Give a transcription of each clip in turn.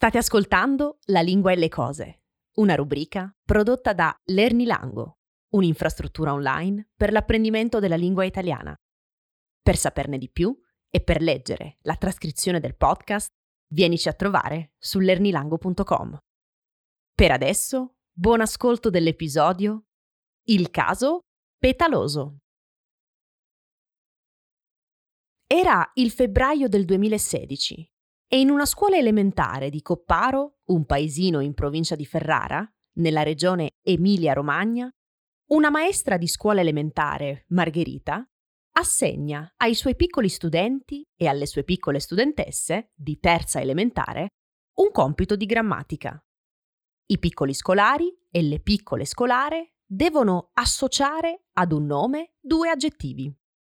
State ascoltando La lingua e le cose, una rubrica prodotta da Lernilango, un'infrastruttura online per l'apprendimento della lingua italiana. Per saperne di più e per leggere la trascrizione del podcast, vienici a trovare su lernilango.com. Per adesso, buon ascolto dell'episodio Il caso Petaloso. Era il febbraio del 2016 e in una scuola elementare di Copparo, un paesino in provincia di Ferrara, nella regione Emilia-Romagna, una maestra di scuola elementare, Margherita, assegna ai suoi piccoli studenti e alle sue piccole studentesse di terza elementare un compito di grammatica. I piccoli scolari e le piccole scolare devono associare ad un nome due aggettivi.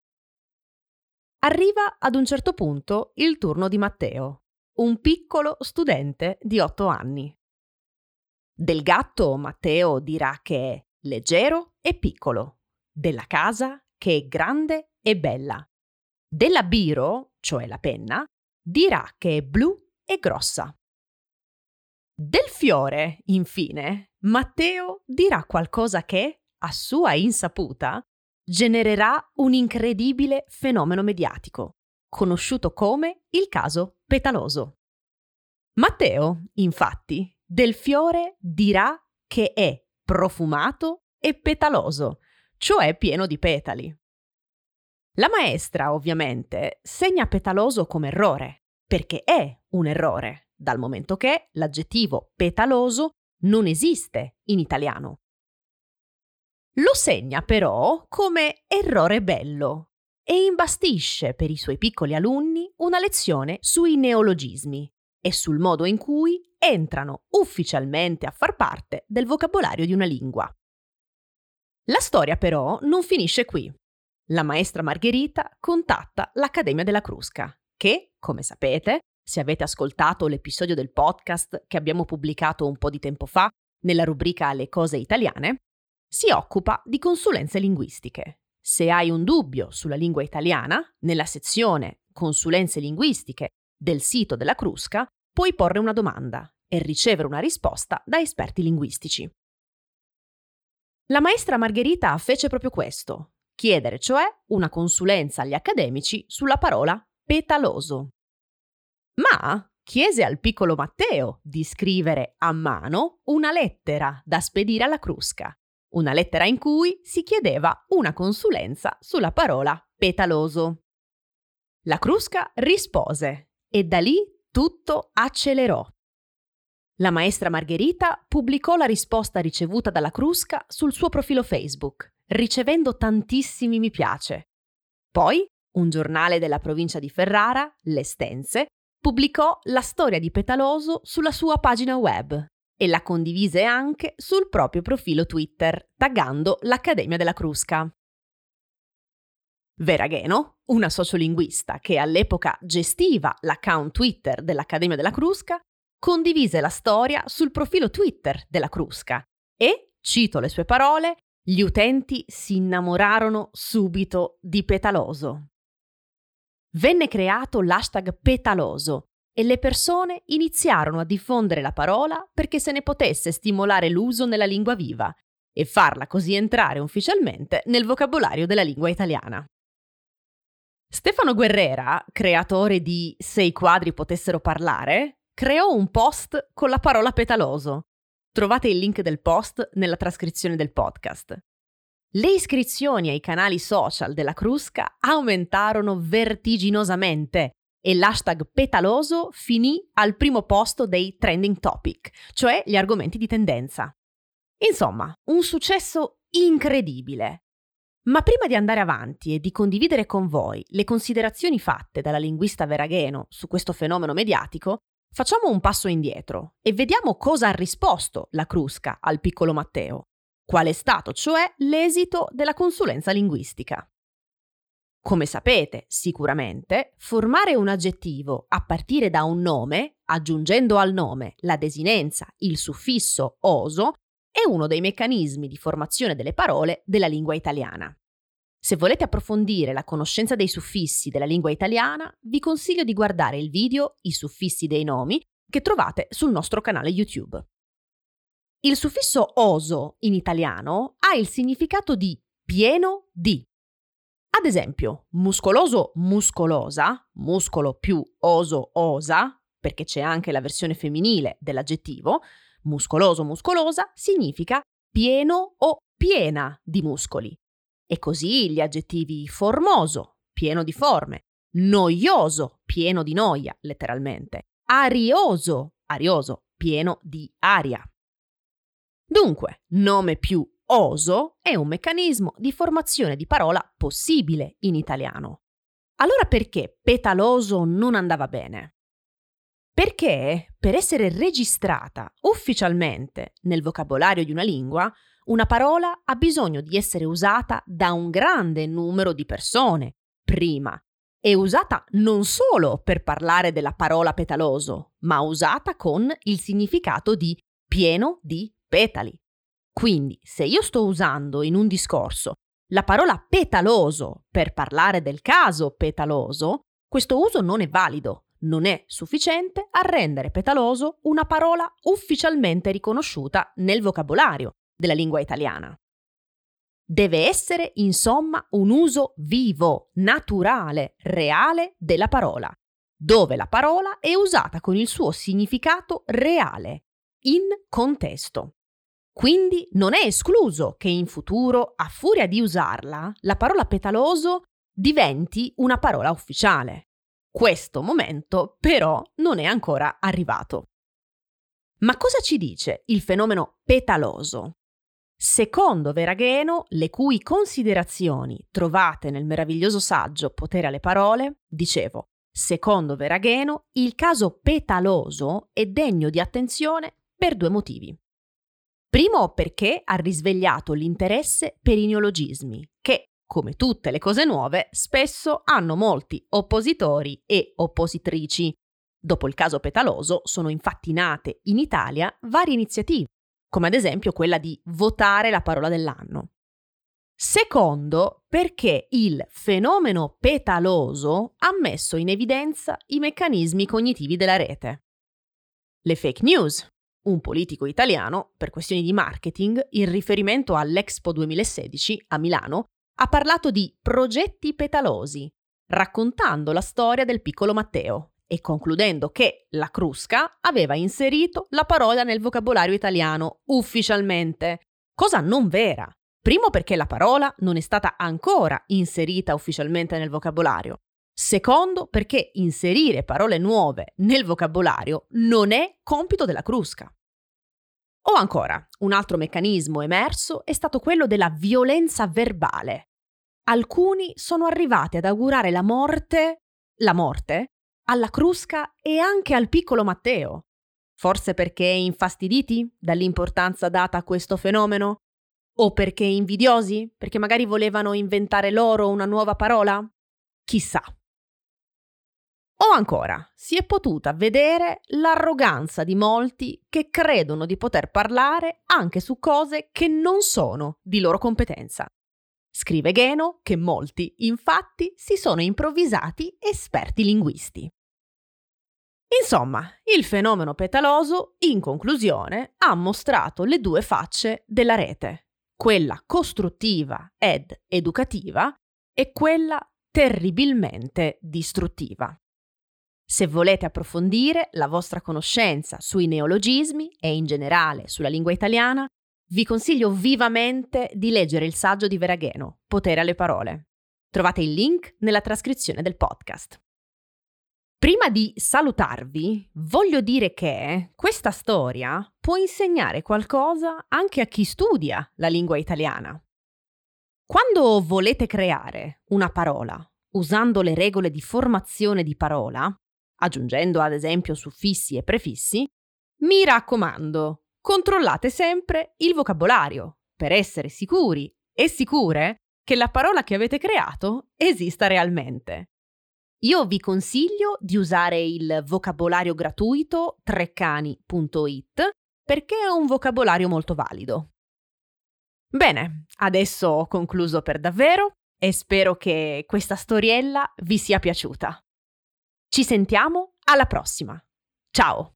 Arriva ad un certo punto il turno di Matteo, un piccolo studente di 8 anni. Del gatto Matteo dirà che è leggero e piccolo, della casa che è grande e bella. Della biro, cioè la penna, dirà che è blu e grossa. Del fiore, infine, Matteo dirà qualcosa che, a sua insaputa, genererà un incredibile fenomeno mediatico, conosciuto come il caso Petaloso. Matteo, infatti, del fiore dirà che è profumato e petaloso, cioè pieno di petali. La maestra, ovviamente, segna petaloso come errore, perché è un errore, dal momento che l'aggettivo petaloso non esiste in italiano. Lo segna però come errore bello e imbastisce per i suoi piccoli alunni una lezione sui neologismi e sul modo in cui entrano ufficialmente a far parte del vocabolario di una lingua. La storia però non finisce qui. La maestra Margherita contatta l'Accademia della Crusca, che, come sapete, se avete ascoltato l'episodio del podcast che abbiamo pubblicato un po' di tempo fa nella rubrica Le cose italiane, si occupa di consulenze linguistiche. Se hai un dubbio sulla lingua italiana, nella sezione Consulenze linguistiche del sito della Crusca, puoi porre una domanda e ricevere una risposta da esperti linguistici. La maestra Margherita fece proprio questo, chiedere cioè una consulenza agli accademici sulla parola petaloso. Ma chiese al piccolo Matteo di scrivere a mano una lettera da spedire alla Crusca, una lettera in cui si chiedeva una consulenza sulla parola petaloso. La Crusca rispose e da lì tutto accelerò. La maestra Margherita pubblicò la risposta ricevuta dalla Crusca sul suo profilo Facebook, ricevendo tantissimi mi piace. Poi, un giornale della provincia di Ferrara, L'Estense, pubblicò la storia di Petaloso sulla sua pagina web e la condivise anche sul proprio profilo Twitter, taggando l'Accademia della Crusca. Vera Gheno, una sociolinguista che all'epoca gestiva l'account Twitter dell'Accademia della Crusca, condivise la storia sul profilo Twitter della Crusca e, cito le sue parole, gli utenti si innamorarono subito di Petaloso. Venne creato l'hashtag Petaloso e le persone iniziarono a diffondere la parola perché se ne potesse stimolare l'uso nella lingua viva e farla così entrare ufficialmente nel vocabolario della lingua italiana. Stefano Guerrera, creatore di Se i quadri potessero parlare, creò un post con la parola petaloso. Trovate il link del post nella trascrizione del podcast. Le iscrizioni ai canali social della Crusca aumentarono vertiginosamente e l'hashtag petaloso finì al primo posto dei trending topic, cioè gli argomenti di tendenza. Insomma, un successo incredibile. Ma prima di andare avanti e di condividere con voi le considerazioni fatte dalla linguista Vera Gheno su questo fenomeno mediatico, facciamo un passo indietro e vediamo cosa ha risposto la Crusca al piccolo Matteo. Qual è stato, cioè, l'esito della consulenza linguistica? Come sapete, sicuramente, formare un aggettivo a partire da un nome, aggiungendo al nome la desinenza, il suffisso oso, è uno dei meccanismi di formazione delle parole della lingua italiana. Se volete approfondire la conoscenza dei suffissi della lingua italiana, vi consiglio di guardare il video I suffissi dei nomi che trovate sul nostro canale YouTube. Il suffisso oso in italiano ha il significato di pieno di. Ad esempio, muscoloso, muscolosa, muscolo più oso, osa, perché c'è anche la versione femminile dell'aggettivo, muscoloso, muscolosa significa pieno o piena di muscoli. E così gli aggettivi formoso, pieno di forme, noioso, pieno di noia, letteralmente, arioso, arioso, pieno di aria. Dunque, nome più oso è un meccanismo di formazione di parola possibile in italiano. Allora perché petaloso non andava bene? Perché per essere registrata ufficialmente nel vocabolario di una lingua, una parola ha bisogno di essere usata da un grande numero di persone prima e usata non solo per parlare della parola petaloso, ma usata con il significato di pieno di petali. Quindi, se io sto usando in un discorso la parola petaloso per parlare del caso petaloso, questo uso non è valido, non è sufficiente a rendere petaloso una parola ufficialmente riconosciuta nel vocabolario della lingua italiana. Deve essere, insomma, un uso vivo, naturale, reale della parola, dove la parola è usata con il suo significato reale, in contesto. Quindi non è escluso che in futuro, a furia di usarla, la parola petaloso diventi una parola ufficiale. Questo momento, però, non è ancora arrivato. Ma cosa ci dice il fenomeno petaloso? Secondo Veragheno, le cui considerazioni trovate nel meraviglioso saggio Potere alle parole, dicevo, secondo Veragheno, il caso petaloso è degno di attenzione per due motivi. Primo, perché ha risvegliato l'interesse per i neologismi, che, come tutte le cose nuove, spesso hanno molti oppositori e oppositrici. Dopo il caso petaloso sono infatti nate in Italia varie iniziative, come ad esempio quella di votare la parola dell'anno. Secondo, perché il fenomeno petaloso ha messo in evidenza i meccanismi cognitivi della rete. Le fake news. Un politico italiano, per questioni di marketing, in riferimento all'Expo 2016 a Milano, ha parlato di progetti petalosi, raccontando la storia del piccolo Matteo e concludendo che la Crusca aveva inserito la parola nel vocabolario italiano ufficialmente, cosa non vera. Primo, perché la parola non è stata ancora inserita ufficialmente nel vocabolario. Secondo, perché inserire parole nuove nel vocabolario non è compito della Crusca. O ancora, un altro meccanismo emerso è stato quello della violenza verbale. Alcuni sono arrivati ad augurare la morte alla Crusca e anche al piccolo Matteo. Forse perché infastiditi dall'importanza data a questo fenomeno? O perché invidiosi? Perché magari volevano inventare loro una nuova parola? Chissà. O ancora, si è potuta vedere l'arroganza di molti che credono di poter parlare anche su cose che non sono di loro competenza. Scrive Gheno che molti, infatti, si sono improvvisati esperti linguisti. Insomma, il fenomeno petaloso, in conclusione, ha mostrato le due facce della rete, quella costruttiva ed educativa e quella terribilmente distruttiva. Se volete approfondire la vostra conoscenza sui neologismi e in generale sulla lingua italiana, vi consiglio vivamente di leggere il saggio di Veragheno, Potere alle parole. Trovate il link nella trascrizione del podcast. Prima di salutarvi, voglio dire che questa storia può insegnare qualcosa anche a chi studia la lingua italiana. Quando volete creare una parola usando le regole di formazione di parola, aggiungendo ad esempio suffissi e prefissi, mi raccomando, controllate sempre il vocabolario per essere sicuri e sicure che la parola che avete creato esista realmente. Io vi consiglio di usare il vocabolario gratuito treccani.it perché è un vocabolario molto valido. Bene, adesso ho concluso per davvero e spero che questa storiella vi sia piaciuta. Ci sentiamo alla prossima. Ciao!